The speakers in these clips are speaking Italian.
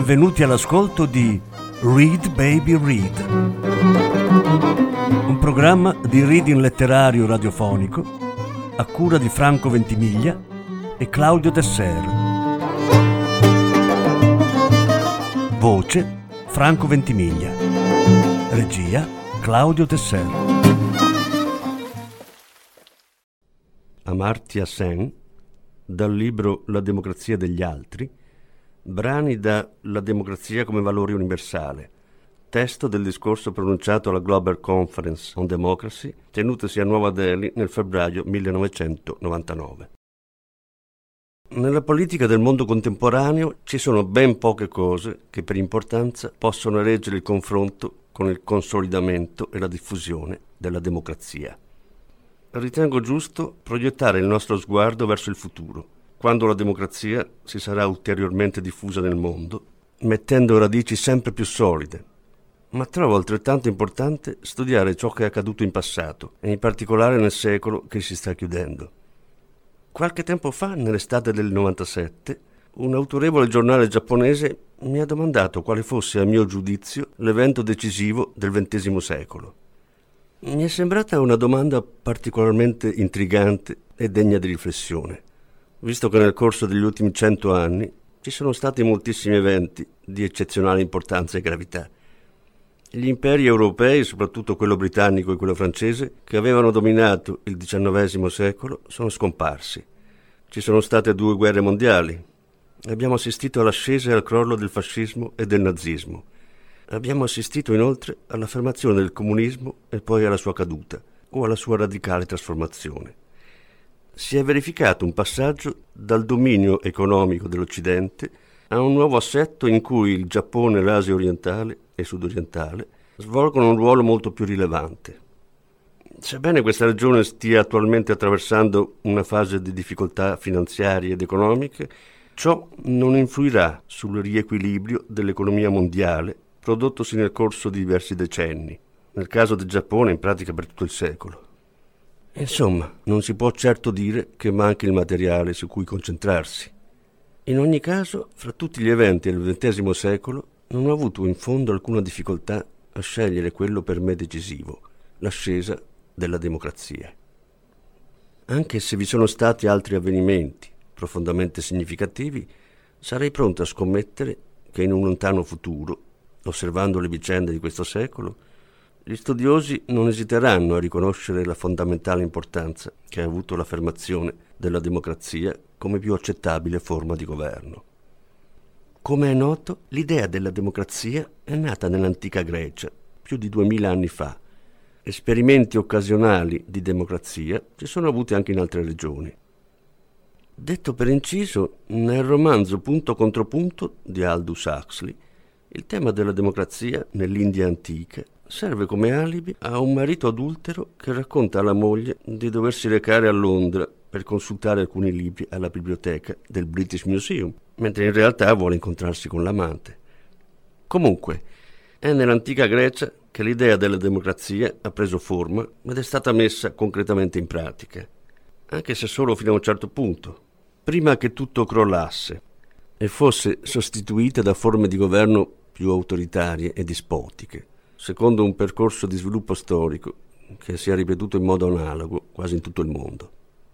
Benvenuti all'ascolto di Read Baby Read, un programma di reading letterario radiofonico a cura di Franco Ventimiglia e Claudio Desser. Voce Franco Ventimiglia. Regia Claudio Desser. Amartya Sen, dal libro La democrazia degli altri, brani da La democrazia come valore universale, testo del discorso pronunciato alla Global Conference on Democracy, tenutosi a Nuova Delhi nel febbraio 1999. Nella politica del mondo contemporaneo ci sono ben poche cose che per importanza possono reggere il confronto con il consolidamento e la diffusione della democrazia. Ritengo giusto proiettare il nostro sguardo verso il futuro, quando la democrazia si sarà ulteriormente diffusa nel mondo, mettendo radici sempre più solide. Ma trovo altrettanto importante studiare ciò che è accaduto in passato, e in particolare nel secolo che si sta chiudendo. Qualche tempo fa, nell'estate del 97, un autorevole giornale giapponese mi ha domandato quale fosse, a mio giudizio, l'evento decisivo del XX secolo. Mi è sembrata una domanda particolarmente intrigante e degna di riflessione, visto che nel corso degli ultimi 100 anni ci sono stati moltissimi eventi di eccezionale importanza e gravità. Gli imperi europei, soprattutto quello britannico e quello francese, che avevano dominato il XIX secolo, sono scomparsi. Ci sono state 2 guerre mondiali. Abbiamo assistito all'ascesa e al crollo del fascismo e del nazismo. Abbiamo assistito inoltre all'affermazione del comunismo e poi alla sua caduta o alla sua radicale trasformazione. Si è verificato un passaggio dal dominio economico dell'Occidente a un nuovo assetto in cui il Giappone, l'Asia orientale e sudorientale svolgono un ruolo molto più rilevante. Sebbene questa regione stia attualmente attraversando una fase di difficoltà finanziarie ed economiche, ciò non influirà sul riequilibrio dell'economia mondiale prodottosi nel corso di diversi decenni, nel caso del Giappone in pratica per tutto il secolo. Insomma, non si può certo dire che manchi il materiale su cui concentrarsi. In ogni caso, fra tutti gli eventi del XX secolo, non ho avuto in fondo alcuna difficoltà a scegliere quello per me decisivo, l'ascesa della democrazia. Anche se vi sono stati altri avvenimenti profondamente significativi, sarei pronto a scommettere che in un lontano futuro, osservando le vicende di questo secolo, gli studiosi non esiteranno a riconoscere la fondamentale importanza che ha avuto l'affermazione della democrazia come più accettabile forma di governo. Come è noto, l'idea della democrazia è nata nell'antica Grecia, più di 2000 anni fa. Esperimenti occasionali di democrazia ci sono avuti anche in altre regioni. Detto per inciso, nel romanzo Punto contro punto di Aldous Huxley, il tema della democrazia nell'India antica serve come alibi a un marito adultero che racconta alla moglie di doversi recare a Londra per consultare alcuni libri alla biblioteca del British Museum, mentre in realtà vuole incontrarsi con l'amante. Comunque, è nell'antica Grecia che l'idea della democrazia ha preso forma ed è stata messa concretamente in pratica, anche se solo fino a un certo punto, prima che tutto crollasse e fosse sostituita da forme di governo più autoritarie e dispotiche, secondo un percorso di sviluppo storico che si è ripetuto in modo analogo quasi in tutto il mondo.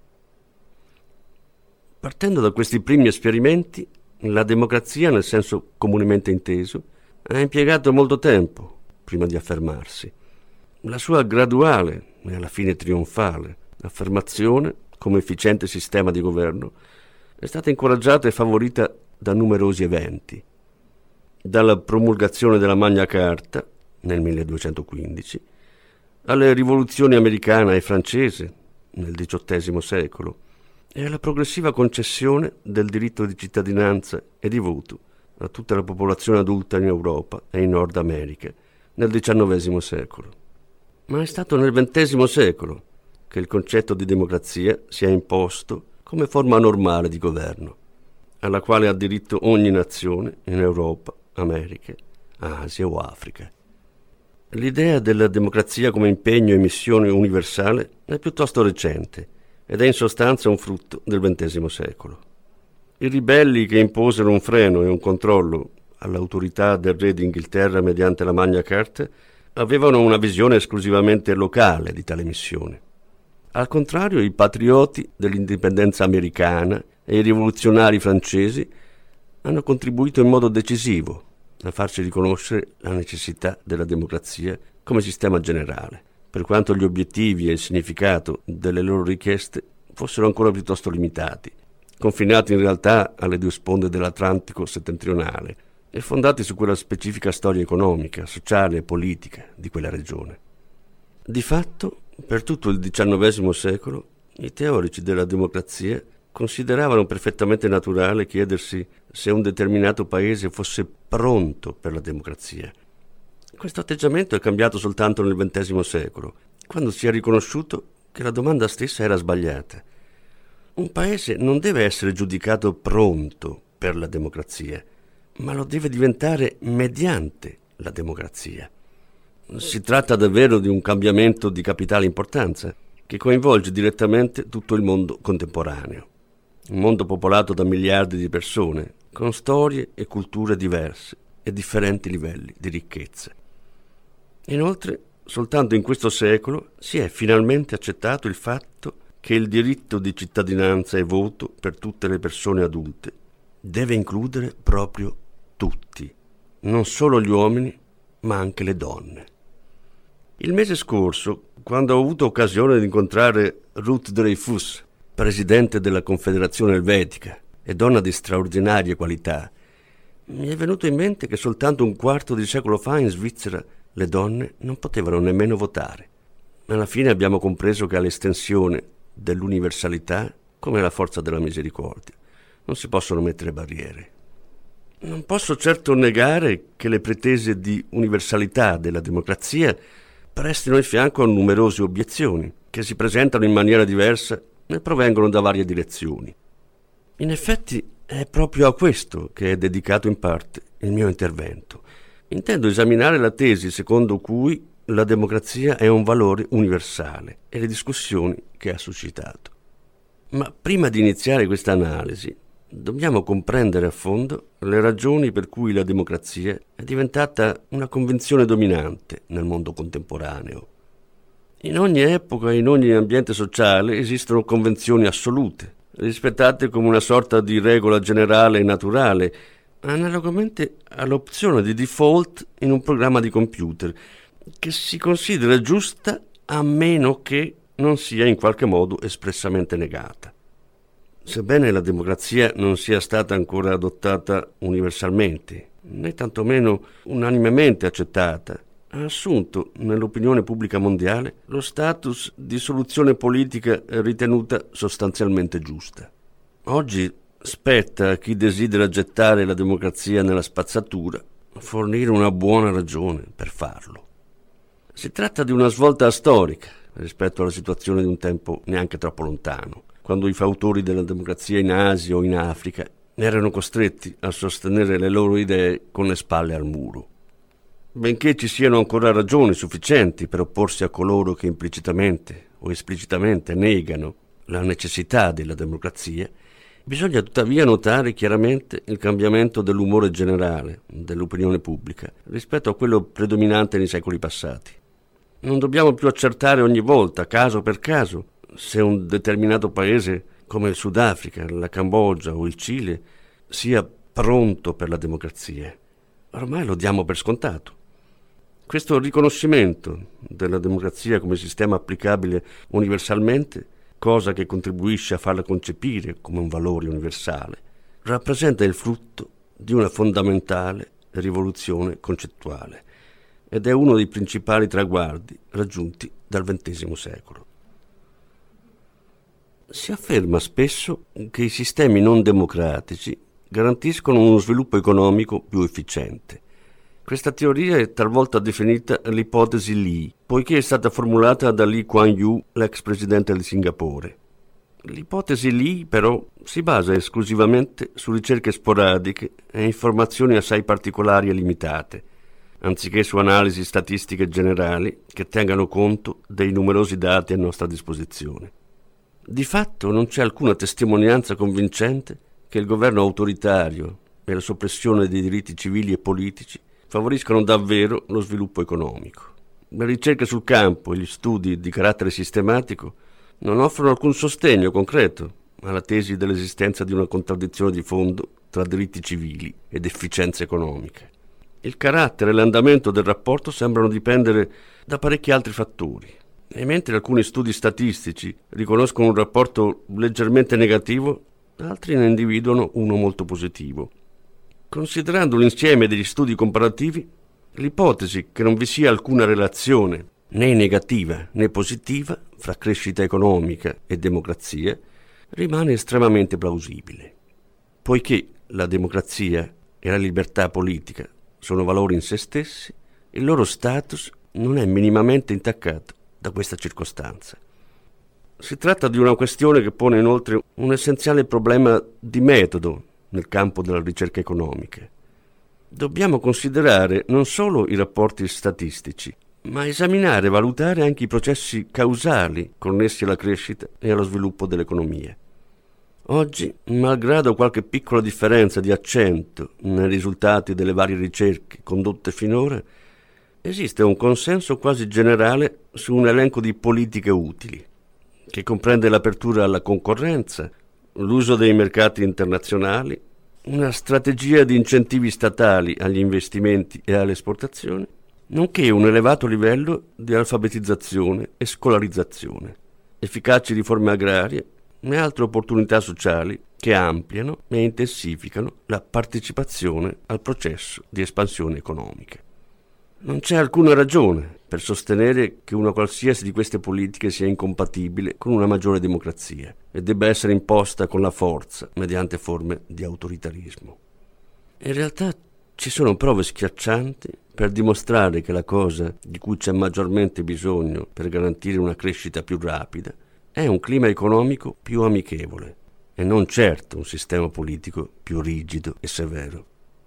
Partendo da questi primi esperimenti, la democrazia, nel senso comunemente inteso, ha impiegato molto tempo prima di affermarsi. La sua graduale e alla fine trionfale affermazione come efficiente sistema di governo è stata incoraggiata e favorita da numerosi eventi. Dalla promulgazione della Magna Carta nel 1215, alle rivoluzioni americana e francese nel XVIII secolo e alla progressiva concessione del diritto di cittadinanza e di voto a tutta la popolazione adulta in Europa e in Nord America nel XIX secolo. Ma è stato nel XX secolo che il concetto di democrazia si è imposto come forma normale di governo, alla quale ha diritto ogni nazione in Europa, America, Asia o Africa. L'idea della democrazia come impegno e missione universale è piuttosto recente ed è in sostanza un frutto del XX secolo. I ribelli che imposero un freno e un controllo all'autorità del re d'Inghilterra mediante la Magna Carta, avevano una visione esclusivamente locale di tale missione. Al contrario, i patrioti dell'indipendenza americana e i rivoluzionari francesi hanno contribuito in modo decisivo a farci riconoscere la necessità della democrazia come sistema generale, per quanto gli obiettivi e il significato delle loro richieste fossero ancora piuttosto limitati, confinati in realtà alle due sponde dell'Atlantico settentrionale e fondati su quella specifica storia economica, sociale e politica di quella regione. Di fatto, per tutto il XIX secolo, i teorici della democrazia consideravano perfettamente naturale chiedersi se un determinato paese fosse pronto per la democrazia. Questo atteggiamento è cambiato soltanto nel XX secolo, quando si è riconosciuto che la domanda stessa era sbagliata. Un paese non deve essere giudicato pronto per la democrazia, ma lo deve diventare mediante la democrazia. Si tratta davvero di un cambiamento di capitale importanza che coinvolge direttamente tutto il mondo contemporaneo. Un mondo popolato da miliardi di persone, con storie e culture diverse e differenti livelli di ricchezza. Inoltre, soltanto in questo secolo si è finalmente accettato il fatto che il diritto di cittadinanza e voto per tutte le persone adulte deve includere proprio tutti, non solo gli uomini, ma anche le donne. Il mese scorso, quando ho avuto occasione di incontrare Ruth Dreyfus, presidente della Confederazione Elvetica e donna di straordinarie qualità, mi è venuto in mente che soltanto un quarto di secolo fa in Svizzera le donne non potevano nemmeno votare. Alla fine abbiamo compreso che all'estensione dell'universalità, come la forza della misericordia, non si possono mettere barriere. Non posso certo negare che le pretese di universalità della democrazia prestino il fianco a numerose obiezioni che si presentano in maniera diversa e provengono da varie direzioni. In effetti è proprio a questo che è dedicato in parte il mio intervento. Intendo esaminare la tesi secondo cui la democrazia è un valore universale e le discussioni che ha suscitato. Ma prima di iniziare questa analisi, dobbiamo comprendere a fondo le ragioni per cui la democrazia è diventata una convinzione dominante nel mondo contemporaneo. In ogni epoca e in ogni ambiente sociale esistono convenzioni assolute, rispettate come una sorta di regola generale e naturale, analogamente all'opzione di default in un programma di computer, che si considera giusta a meno che non sia in qualche modo espressamente negata. Sebbene la democrazia non sia stata ancora adottata universalmente, né tantomeno unanimemente accettata, ha assunto nell'opinione pubblica mondiale lo status di soluzione politica ritenuta sostanzialmente giusta. Oggi spetta a chi desidera gettare la democrazia nella spazzatura fornire una buona ragione per farlo. Si tratta di una svolta storica rispetto alla situazione di un tempo neanche troppo lontano, quando i fautori della democrazia in Asia o in Africa erano costretti a sostenere le loro idee con le spalle al muro. Benché ci siano ancora ragioni sufficienti per opporsi a coloro che implicitamente o esplicitamente negano la necessità della democrazia, bisogna tuttavia notare chiaramente il cambiamento dell'umore generale dell'opinione pubblica rispetto a quello predominante nei secoli passati. Non dobbiamo più accertare ogni volta, caso per caso, se un determinato paese come il Sudafrica, la Cambogia o il Cile sia pronto per la democrazia. Ormai lo diamo per scontato. Questo riconoscimento della democrazia come sistema applicabile universalmente, cosa che contribuisce a farla concepire come un valore universale, rappresenta il frutto di una fondamentale rivoluzione concettuale ed è uno dei principali traguardi raggiunti dal XX secolo. Si afferma spesso che i sistemi non democratici garantiscono uno sviluppo economico più efficiente. Questa teoria è talvolta definita l'ipotesi Lee, poiché è stata formulata da Lee Kuan Yew, l'ex presidente di Singapore. L'ipotesi Lee, però, si basa esclusivamente su ricerche sporadiche e informazioni assai particolari e limitate, anziché su analisi statistiche generali che tengano conto dei numerosi dati a nostra disposizione. Di fatto non c'è alcuna testimonianza convincente che il governo autoritario e la soppressione dei diritti civili e politici favoriscano davvero lo sviluppo economico. Le ricerche sul campo e gli studi di carattere sistematico non offrono alcun sostegno concreto alla tesi dell'esistenza di una contraddizione di fondo tra diritti civili ed efficienza economica. Il carattere e l'andamento del rapporto sembrano dipendere da parecchi altri fattori. E mentre alcuni studi statistici riconoscono un rapporto leggermente negativo, altri ne individuano uno molto positivo. Considerando l'insieme degli studi comparativi, l'ipotesi che non vi sia alcuna relazione né negativa né positiva fra crescita economica e democrazia rimane estremamente plausibile. Poiché la democrazia e la libertà politica sono valori in se stessi, il loro status non è minimamente intaccato da questa circostanza. Si tratta di una questione che pone inoltre un essenziale problema di metodo nel campo della ricerca economica. Dobbiamo considerare non solo i rapporti statistici, ma esaminare e valutare anche i processi causali connessi alla crescita e allo sviluppo dell'economia. Oggi, malgrado qualche piccola differenza di accento nei risultati delle varie ricerche condotte finora, esiste un consenso quasi generale su un elenco di politiche utili, che comprende l'apertura alla concorrenza, l'uso dei mercati internazionali, una strategia di incentivi statali agli investimenti e alle esportazioni, nonché un elevato livello di alfabetizzazione e scolarizzazione, efficaci riforme agrarie e altre opportunità sociali che ampliano e intensificano la partecipazione al processo di espansione economica. Non c'è alcuna ragione per sostenere che una qualsiasi di queste politiche sia incompatibile con una maggiore democrazia e debba essere imposta con la forza mediante forme di autoritarismo. In realtà ci sono prove schiaccianti per dimostrare che la cosa di cui c'è maggiormente bisogno per garantire una crescita più rapida è un clima economico più amichevole e non certo un sistema politico più rigido e severo.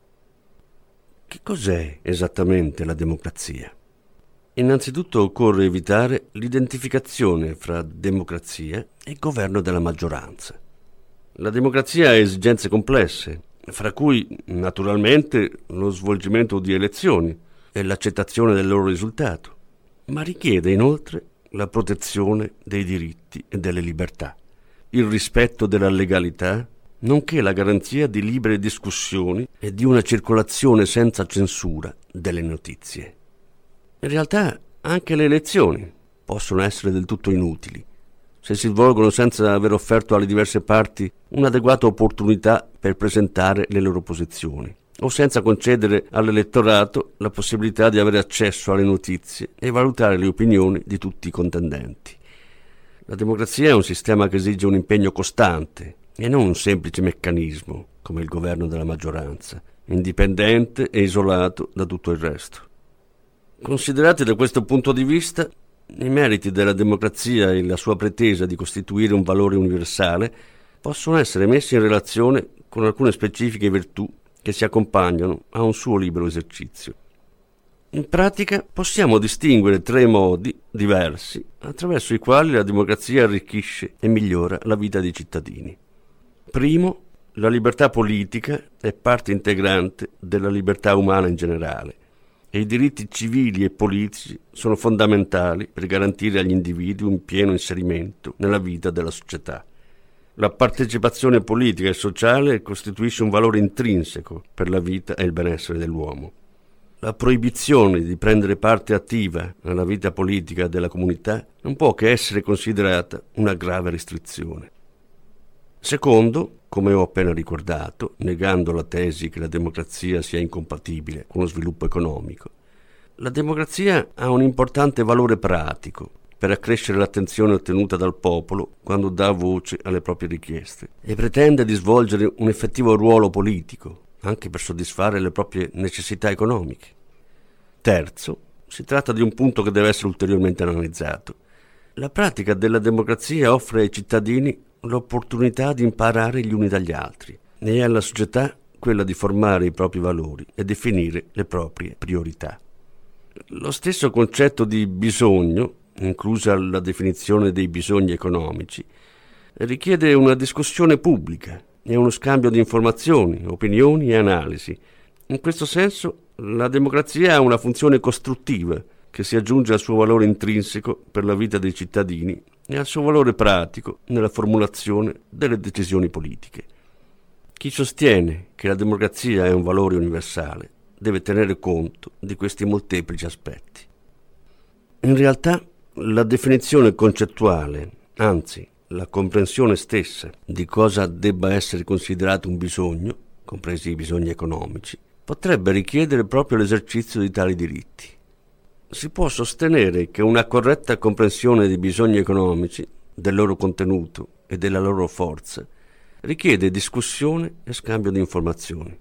Che cos'è esattamente la democrazia? Innanzitutto occorre evitare l'identificazione fra democrazia e governo della maggioranza. La democrazia ha esigenze complesse, fra cui naturalmente lo svolgimento di elezioni e l'accettazione del loro risultato, ma richiede inoltre la protezione dei diritti e delle libertà, il rispetto della legalità, nonché la garanzia di libere discussioni e di una circolazione senza censura delle notizie. In realtà anche le elezioni possono essere del tutto inutili se si svolgono senza aver offerto alle diverse parti un'adeguata opportunità per presentare le loro posizioni, o senza concedere all'elettorato la possibilità di avere accesso alle notizie e valutare le opinioni di tutti i contendenti. La democrazia è un sistema che esige un impegno costante e non un semplice meccanismo come il governo della maggioranza, indipendente e isolato da tutto il resto. Considerati da questo punto di vista, i meriti della democrazia e la sua pretesa di costituire un valore universale possono essere messi in relazione con alcune specifiche virtù che si accompagnano a un suo libero esercizio. In pratica possiamo distinguere 3 modi diversi attraverso i quali la democrazia arricchisce e migliora la vita dei cittadini. Primo, la libertà politica è parte integrante della libertà umana in generale e i diritti civili e politici sono fondamentali per garantire agli individui un pieno inserimento nella vita della società. La partecipazione politica e sociale costituisce un valore intrinseco per la vita e il benessere dell'uomo. La proibizione di prendere parte attiva nella vita politica della comunità non può che essere considerata una grave restrizione. Secondo, come ho appena ricordato, negando la tesi che la democrazia sia incompatibile con lo sviluppo economico, la democrazia ha un importante valore pratico per accrescere l'attenzione ottenuta dal popolo quando dà voce alle proprie richieste e pretende di svolgere un effettivo ruolo politico, anche per soddisfare le proprie necessità economiche. Terzo, si tratta di un punto che deve essere ulteriormente analizzato. La pratica della democrazia offre ai cittadini l'opportunità di imparare gli uni dagli altri e alla società quella di formare i propri valori e definire le proprie priorità. Lo stesso concetto di bisogno, inclusa la definizione dei bisogni economici, richiede una discussione pubblica è uno scambio di informazioni, opinioni e analisi. In questo senso, la democrazia ha una funzione costruttiva che si aggiunge al suo valore intrinseco per la vita dei cittadini e al suo valore pratico nella formulazione delle decisioni politiche. Chi sostiene che la democrazia è un valore universale deve tenere conto di questi molteplici aspetti. In realtà, la definizione concettuale, anzi la comprensione stessa di cosa debba essere considerato un bisogno, compresi i bisogni economici, potrebbe richiedere proprio l'esercizio di tali diritti. Si può sostenere che una corretta comprensione dei bisogni economici, del loro contenuto e della loro forza, richiede discussione e scambio di informazioni.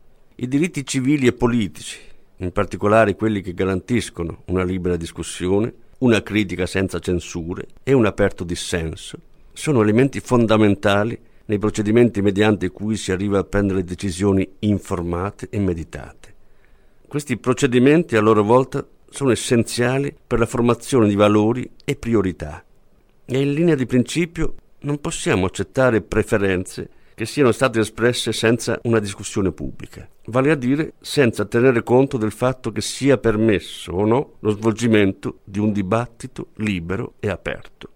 I diritti civili e politici, in particolare quelli che garantiscono una libera discussione, una critica senza censure e un aperto dissenso, sono elementi fondamentali nei procedimenti mediante cui si arriva a prendere decisioni informate e meditate. Questi procedimenti a loro volta sono essenziali per la formazione di valori e priorità e in linea di principio non possiamo accettare preferenze che siano state espresse senza una discussione pubblica, vale a dire senza tenere conto del fatto che sia permesso o no lo svolgimento di un dibattito libero e aperto.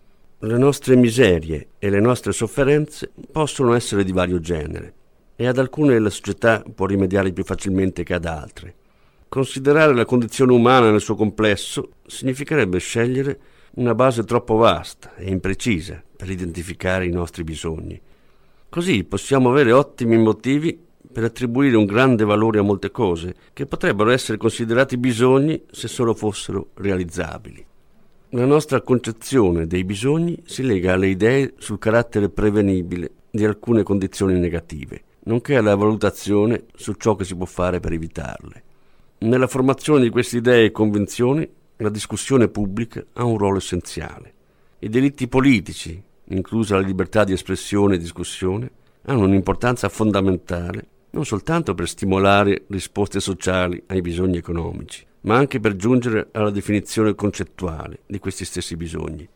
Le nostre miserie e le nostre sofferenze possono essere di vario genere e ad alcune la società può rimediare più facilmente che ad altre. Considerare la condizione umana nel suo complesso significherebbe scegliere una base troppo vasta e imprecisa per identificare i nostri bisogni. Così possiamo avere ottimi motivi per attribuire un grande valore a molte cose che potrebbero essere considerati bisogni se solo fossero realizzabili. La nostra concezione dei bisogni si lega alle idee sul carattere prevenibile di alcune condizioni negative, nonché alla valutazione su ciò che si può fare per evitarle. Nella formazione di queste idee e convinzioni, la discussione pubblica ha un ruolo essenziale. I diritti politici, inclusa la libertà di espressione e discussione, hanno un'importanza fondamentale non soltanto per stimolare risposte sociali ai bisogni economici, ma anche per giungere alla definizione concettuale di questi stessi bisogni.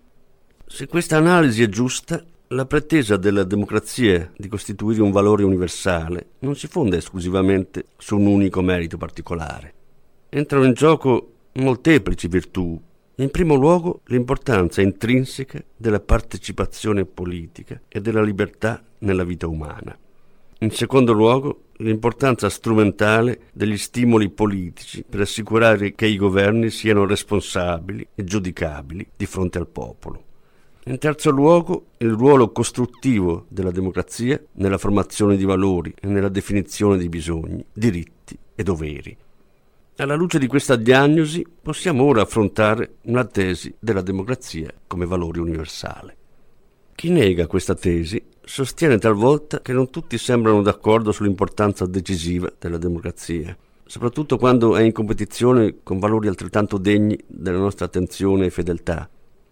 Se questa analisi è giusta, la pretesa della democrazia di costituire un valore universale non si fonda esclusivamente su un unico merito particolare. Entrano in gioco molteplici virtù. In primo luogo, l'importanza intrinseca della partecipazione politica e della libertà nella vita umana. In secondo luogo, l'importanza strumentale degli stimoli politici per assicurare che i governi siano responsabili e giudicabili di fronte al popolo. In terzo luogo, il ruolo costruttivo della democrazia nella formazione di valori e nella definizione di bisogni, diritti e doveri. Alla luce di questa diagnosi possiamo ora affrontare una tesi della democrazia come valore universale. Chi nega questa tesi sostiene talvolta che non tutti sembrano d'accordo sull'importanza decisiva della democrazia, soprattutto quando è in competizione con valori altrettanto degni della nostra attenzione e fedeltà.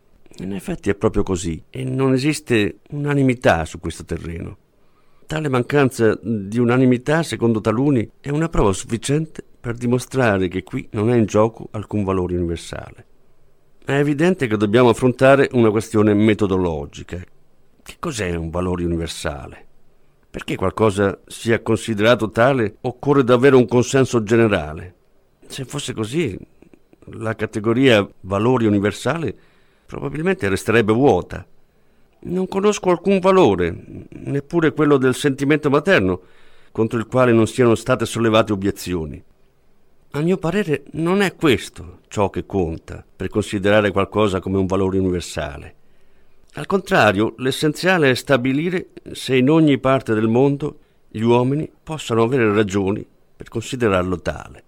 In effetti è proprio così e non esiste unanimità su questo terreno. Tale mancanza di unanimità, secondo taluni, è una prova sufficiente per dimostrare che qui non è in gioco alcun valore universale. È evidente che dobbiamo affrontare una questione metodologica. Che cos'è un valore universale? Perché qualcosa sia considerato tale occorre davvero un consenso generale. Se fosse così, la categoria valore universale probabilmente resterebbe vuota. Non conosco alcun valore, neppure quello del sentimento materno, contro il quale non siano state sollevate obiezioni. A mio parere non è questo ciò che conta per considerare qualcosa come un valore universale. Al contrario, l'essenziale è stabilire se in ogni parte del mondo gli uomini possano avere ragioni per considerarlo tale.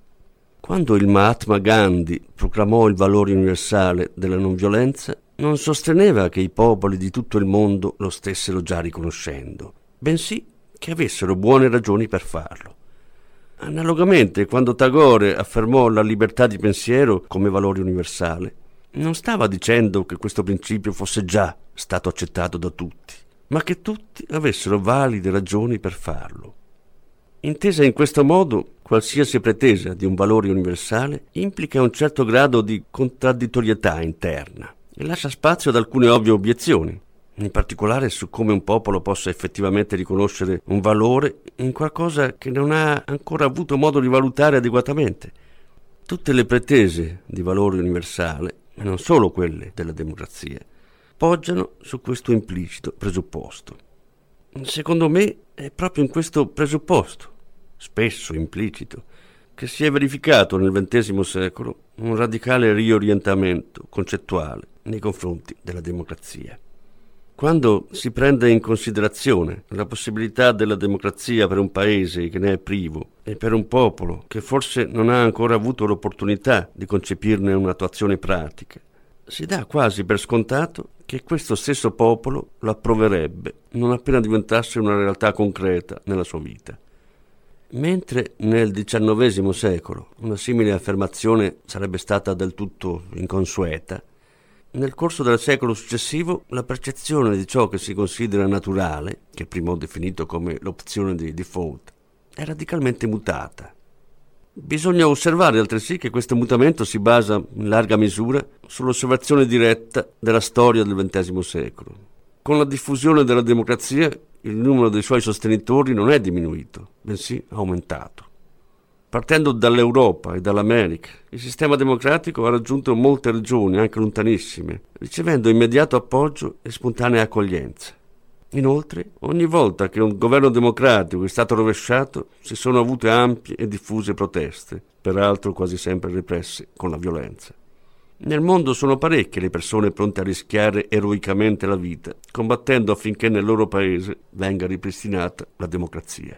Quando il Mahatma Gandhi proclamò il valore universale della non violenza, non sosteneva che i popoli di tutto il mondo lo stessero già riconoscendo, bensì che avessero buone ragioni per farlo. Analogamente, quando Tagore affermò la libertà di pensiero come valore universale, non stava dicendo che questo principio fosse già stato accettato da tutti, ma che tutti avessero valide ragioni per farlo. Intesa in questo modo, qualsiasi pretesa di un valore universale implica un certo grado di contraddittorietà interna e lascia spazio ad alcune ovvie obiezioni. in particolare su come un popolo possa effettivamente riconoscere un valore in qualcosa che non ha ancora avuto modo di valutare adeguatamente. Tutte le pretese di valore universale, e non solo quelle della democrazia, poggiano su questo implicito presupposto. Secondo me è proprio in questo presupposto, spesso implicito, che si è verificato nel XX secolo un radicale riorientamento concettuale nei confronti della democrazia. Quando si prende in considerazione la possibilità della democrazia per un paese che ne è privo e per un popolo che forse non ha ancora avuto l'opportunità di concepirne un'attuazione pratica, si dà quasi per scontato che questo stesso popolo l'approverebbe non appena diventasse una realtà concreta nella sua vita. Mentre nel XIX secolo una simile affermazione sarebbe stata del tutto inconsueta, nel corso del secolo successivo la percezione di ciò che si considera naturale, che prima ho definito come l'opzione di default, è radicalmente mutata. Bisogna osservare altresì che questo mutamento si basa in larga misura sull'osservazione diretta della storia del XX secolo. Con la diffusione della democrazia il numero dei suoi sostenitori non è diminuito, bensì aumentato. Partendo dall'Europa e dall'America, il sistema democratico ha raggiunto molte regioni, anche lontanissime, ricevendo immediato appoggio e spontanea accoglienza. Inoltre, ogni volta che un governo democratico è stato rovesciato, si sono avute ampie e diffuse proteste, peraltro quasi sempre represse con la violenza. Nel mondo sono parecchie le persone pronte a rischiare eroicamente la vita, combattendo affinché nel loro paese venga ripristinata la democrazia.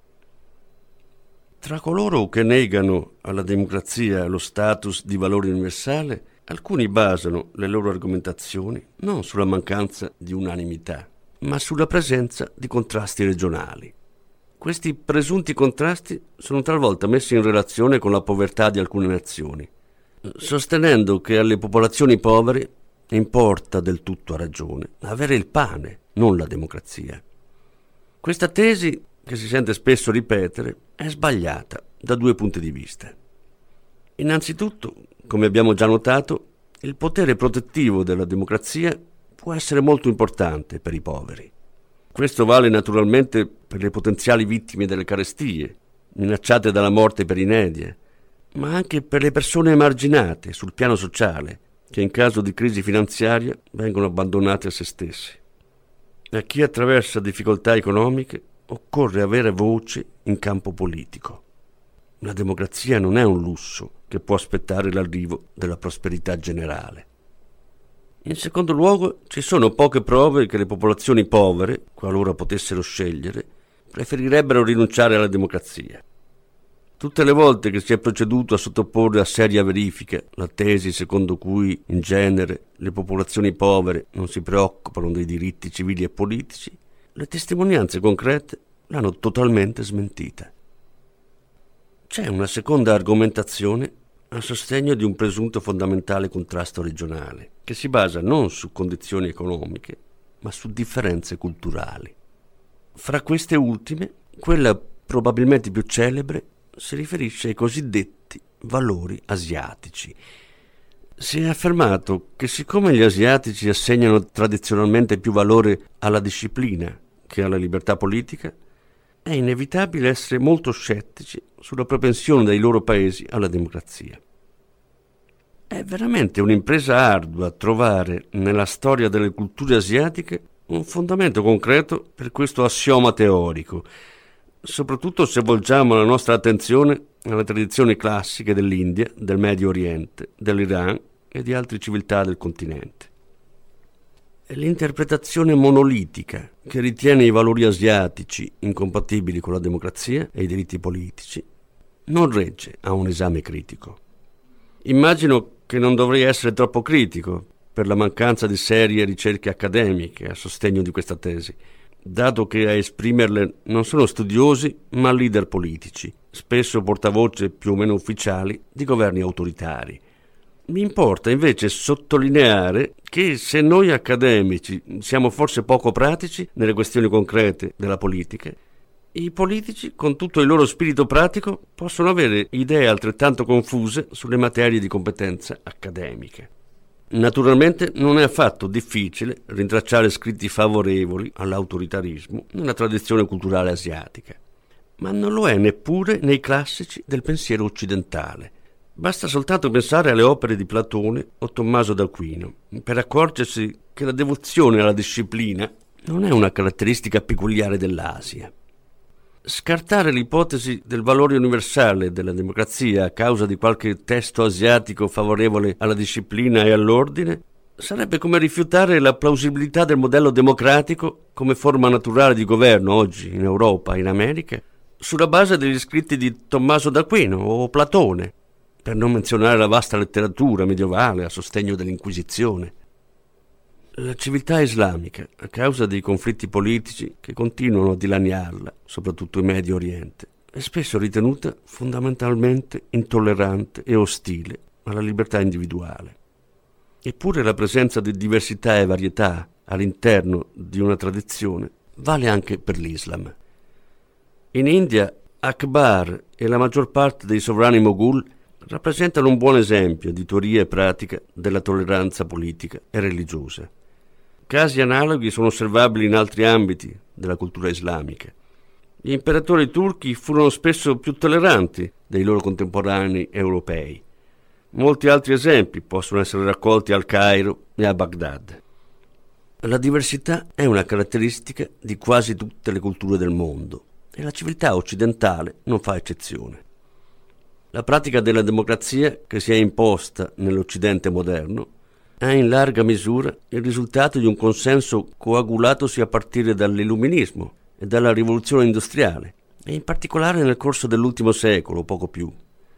Tra coloro che negano alla democrazia lo status di valore universale, alcuni basano le loro argomentazioni non sulla mancanza di unanimità, ma sulla presenza di contrasti regionali. Questi presunti contrasti sono talvolta messi in relazione con la povertà di alcune nazioni, sostenendo che alle popolazioni povere importa del tutto a ragione avere il pane, non la democrazia. Questa tesi, che si sente spesso ripetere, è sbagliata da due punti di vista. Innanzitutto, come abbiamo già notato, il potere protettivo della democrazia può essere molto importante per i poveri. Questo vale naturalmente per le potenziali vittime delle carestie, minacciate dalla morte per inedia, ma anche per le persone emarginate sul piano sociale, che in caso di crisi finanziaria vengono abbandonate a se stesse. A chi attraversa difficoltà economiche occorre avere voce in campo politico. La democrazia non è un lusso che può aspettare l'arrivo della prosperità generale. In secondo luogo, ci sono poche prove che le popolazioni povere, qualora potessero scegliere, preferirebbero rinunciare alla democrazia. Tutte le volte che si è proceduto a sottoporre a seria verifica la tesi secondo cui, in genere, le popolazioni povere non si preoccupano dei diritti civili e politici, le testimonianze concrete l'hanno totalmente smentita. C'è una seconda argomentazione a sostegno di un presunto fondamentale contrasto regionale, che si basa non su condizioni economiche, ma su differenze culturali. Fra queste ultime, quella probabilmente più celebre si riferisce ai cosiddetti valori asiatici. Si è affermato che siccome gli asiatici assegnano tradizionalmente più valore alla disciplina che alla libertà politica, è inevitabile essere molto scettici sulla propensione dei loro paesi alla democrazia. È veramente un'impresa ardua trovare nella storia delle culture asiatiche un fondamento concreto per questo assioma teorico, soprattutto se volgiamo la nostra attenzione alle tradizioni classiche dell'India, del Medio Oriente, dell'Iran e di altre civiltà del continente. È l'interpretazione monolitica che ritiene i valori asiatici incompatibili con la democrazia e i diritti politici non regge a un esame critico. Immagino che non dovrei essere troppo critico per la mancanza di serie ricerche accademiche a sostegno di questa tesi, dato che a esprimerle non sono studiosi ma leader politici, spesso portavoce più o meno ufficiali di governi autoritari. Mi importa invece sottolineare che se noi accademici siamo forse poco pratici nelle questioni concrete della politica, i politici, con tutto il loro spirito pratico, possono avere idee altrettanto confuse sulle materie di competenza accademica. Naturalmente non è affatto difficile rintracciare scritti favorevoli all'autoritarismo nella tradizione culturale asiatica, ma non lo è neppure nei classici del pensiero occidentale. Basta soltanto pensare alle opere di Platone o Tommaso d'Aquino per accorgersi che la devozione alla disciplina non è una caratteristica peculiare dell'Asia. Scartare l'ipotesi del valore universale della democrazia a causa di qualche testo asiatico favorevole alla disciplina e all'ordine sarebbe come rifiutare la plausibilità del modello democratico come forma naturale di governo oggi in Europa e in America sulla base degli scritti di Tommaso d'Aquino o Platone, per non menzionare la vasta letteratura medievale a sostegno dell'Inquisizione. La civiltà islamica, a causa dei conflitti politici che continuano a dilaniarla, soprattutto in Medio Oriente, è spesso ritenuta fondamentalmente intollerante e ostile alla libertà individuale. Eppure la presenza di diversità e varietà all'interno di una tradizione vale anche per l'Islam. In India, Akbar e la maggior parte dei sovrani Moghul rappresentano un buon esempio di teoria e pratica della tolleranza politica e religiosa. Casi analoghi sono osservabili in altri ambiti della cultura islamica. Gli imperatori turchi furono spesso più tolleranti dei loro contemporanei europei. Molti altri esempi possono essere raccolti al Cairo e a Baghdad. La diversità è una caratteristica di quasi tutte le culture del mondo e la civiltà occidentale non fa eccezione. La pratica della democrazia che si è imposta nell'Occidente moderno è in larga misura il risultato di un consenso coagulatosi a partire dall'illuminismo e dalla rivoluzione industriale, e in particolare nel corso dell'ultimo secolo, poco più.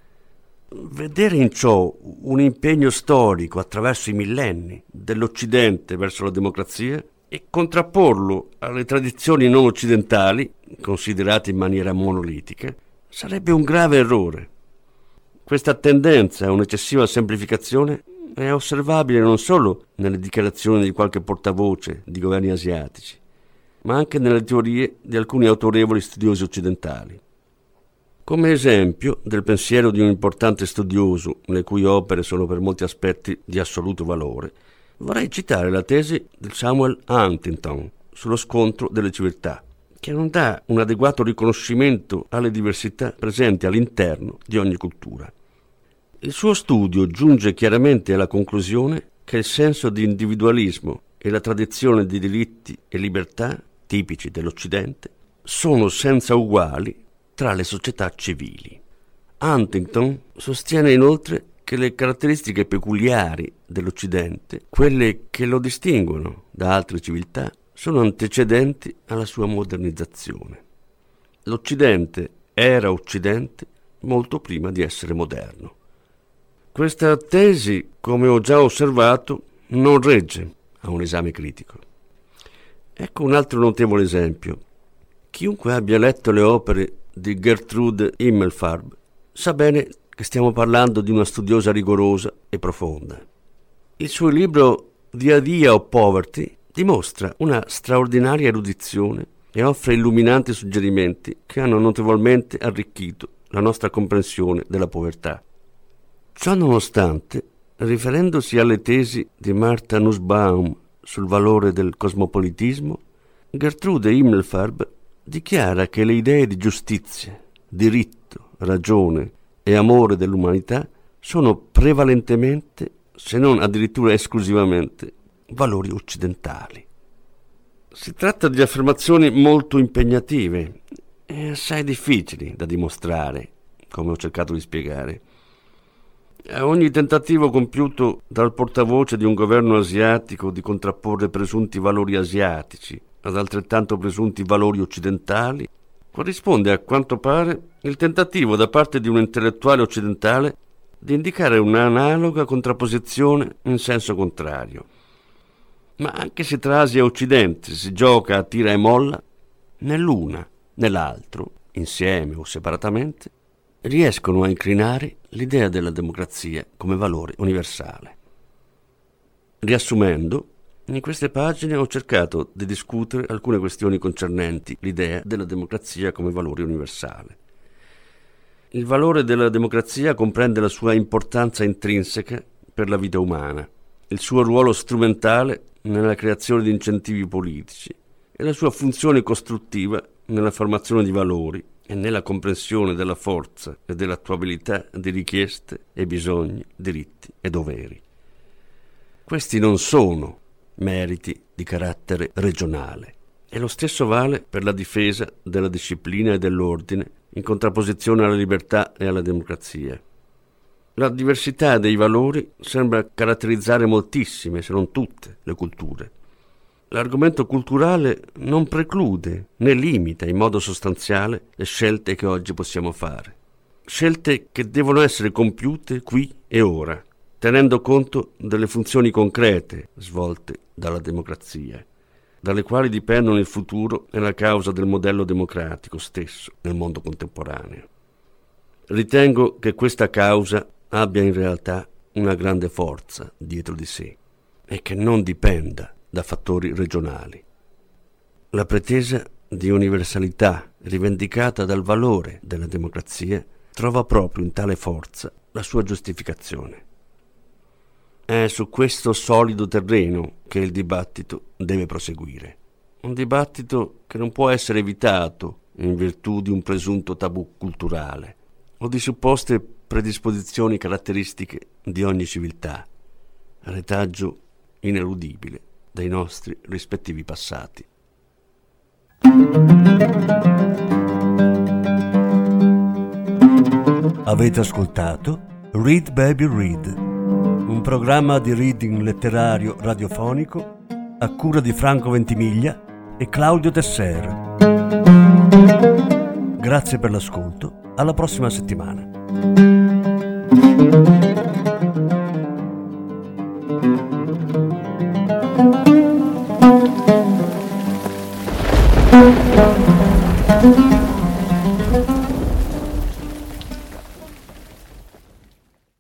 Vedere in ciò un impegno storico attraverso i millenni dell'Occidente verso la democrazia e contrapporlo alle tradizioni non occidentali, considerate in maniera monolitica, sarebbe un grave errore. Questa tendenza a un'eccessiva semplificazione è osservabile non solo nelle dichiarazioni di qualche portavoce di governi asiatici, ma anche nelle teorie di alcuni autorevoli studiosi occidentali. Come esempio del pensiero di un importante studioso, le cui opere sono per molti aspetti di assoluto valore, vorrei citare la tesi di Samuel Huntington sullo scontro delle civiltà, che non dà un adeguato riconoscimento alle diversità presenti all'interno di ogni cultura. Il suo studio giunge chiaramente alla conclusione che il senso di individualismo e la tradizione di diritti e libertà, tipici dell'Occidente, sono senza uguali tra le società civili. Huntington sostiene inoltre che le caratteristiche peculiari dell'Occidente, quelle che lo distinguono da altre civiltà, sono antecedenti alla sua modernizzazione. L'Occidente era Occidente molto prima di essere moderno. Questa tesi, come ho già osservato, non regge a un esame critico. Ecco un altro notevole esempio. Chiunque abbia letto le opere di Gertrude Himmelfarb sa bene che stiamo parlando di una studiosa rigorosa e profonda. Il suo libro The Idea of Poverty dimostra una straordinaria erudizione e offre illuminanti suggerimenti che hanno notevolmente arricchito la nostra comprensione della povertà. Ciò nonostante, riferendosi alle tesi di Martha Nussbaum sul valore del cosmopolitismo, Gertrude Himmelfarb dichiara che le idee di giustizia, diritto, ragione e amore dell'umanità sono prevalentemente, se non addirittura esclusivamente, valori occidentali. Si tratta di affermazioni molto impegnative e assai difficili da dimostrare, come ho cercato di spiegare. A ogni tentativo compiuto dal portavoce di un governo asiatico di contrapporre presunti valori asiatici ad altrettanto presunti valori occidentali, corrisponde a quanto pare il tentativo da parte di un intellettuale occidentale di indicare un'analoga contrapposizione in senso contrario. Ma anche se tra Asia e Occidente si gioca a tira e molla, né l'una né l'altro, insieme o separatamente, riescono a incrinare l'idea della democrazia come valore universale. Riassumendo, in queste pagine ho cercato di discutere alcune questioni concernenti l'idea della democrazia come valore universale. Il valore della democrazia comprende la sua importanza intrinseca per la vita umana il suo ruolo strumentale nella creazione di incentivi politici e la sua funzione costruttiva nella formazione di valori e nella comprensione della forza e dell'attuabilità di richieste e bisogni, diritti e doveri. Questi non sono meriti di carattere regionale, e lo stesso vale per la difesa della disciplina e dell'ordine in contrapposizione alla libertà e alla democrazia. La diversità dei valori sembra caratterizzare moltissime, se non tutte, le culture. L'argomento culturale non preclude né limita in modo sostanziale le scelte che oggi possiamo fare. Scelte che devono essere compiute qui e ora, tenendo conto delle funzioni concrete svolte dalla democrazia, dalle quali dipendono il futuro e la causa del modello democratico stesso nel mondo contemporaneo. Ritengo che questa causa abbia in realtà una grande forza dietro di sé e che non dipenda da fattori regionali. La pretesa di universalità rivendicata dal valore della democrazia trova proprio in tale forza la sua giustificazione. È su questo solido terreno che il dibattito deve proseguire. Un dibattito che non può essere evitato in virtù di un presunto tabù culturale o di supposte predisposizioni caratteristiche di ogni civiltà, retaggio ineludibile dei nostri rispettivi passati. Avete ascoltato Read Baby Read, un programma di reading letterario radiofonico a cura di Franco Ventimiglia e Claudio Tesser. Grazie per l'ascolto, alla prossima settimana.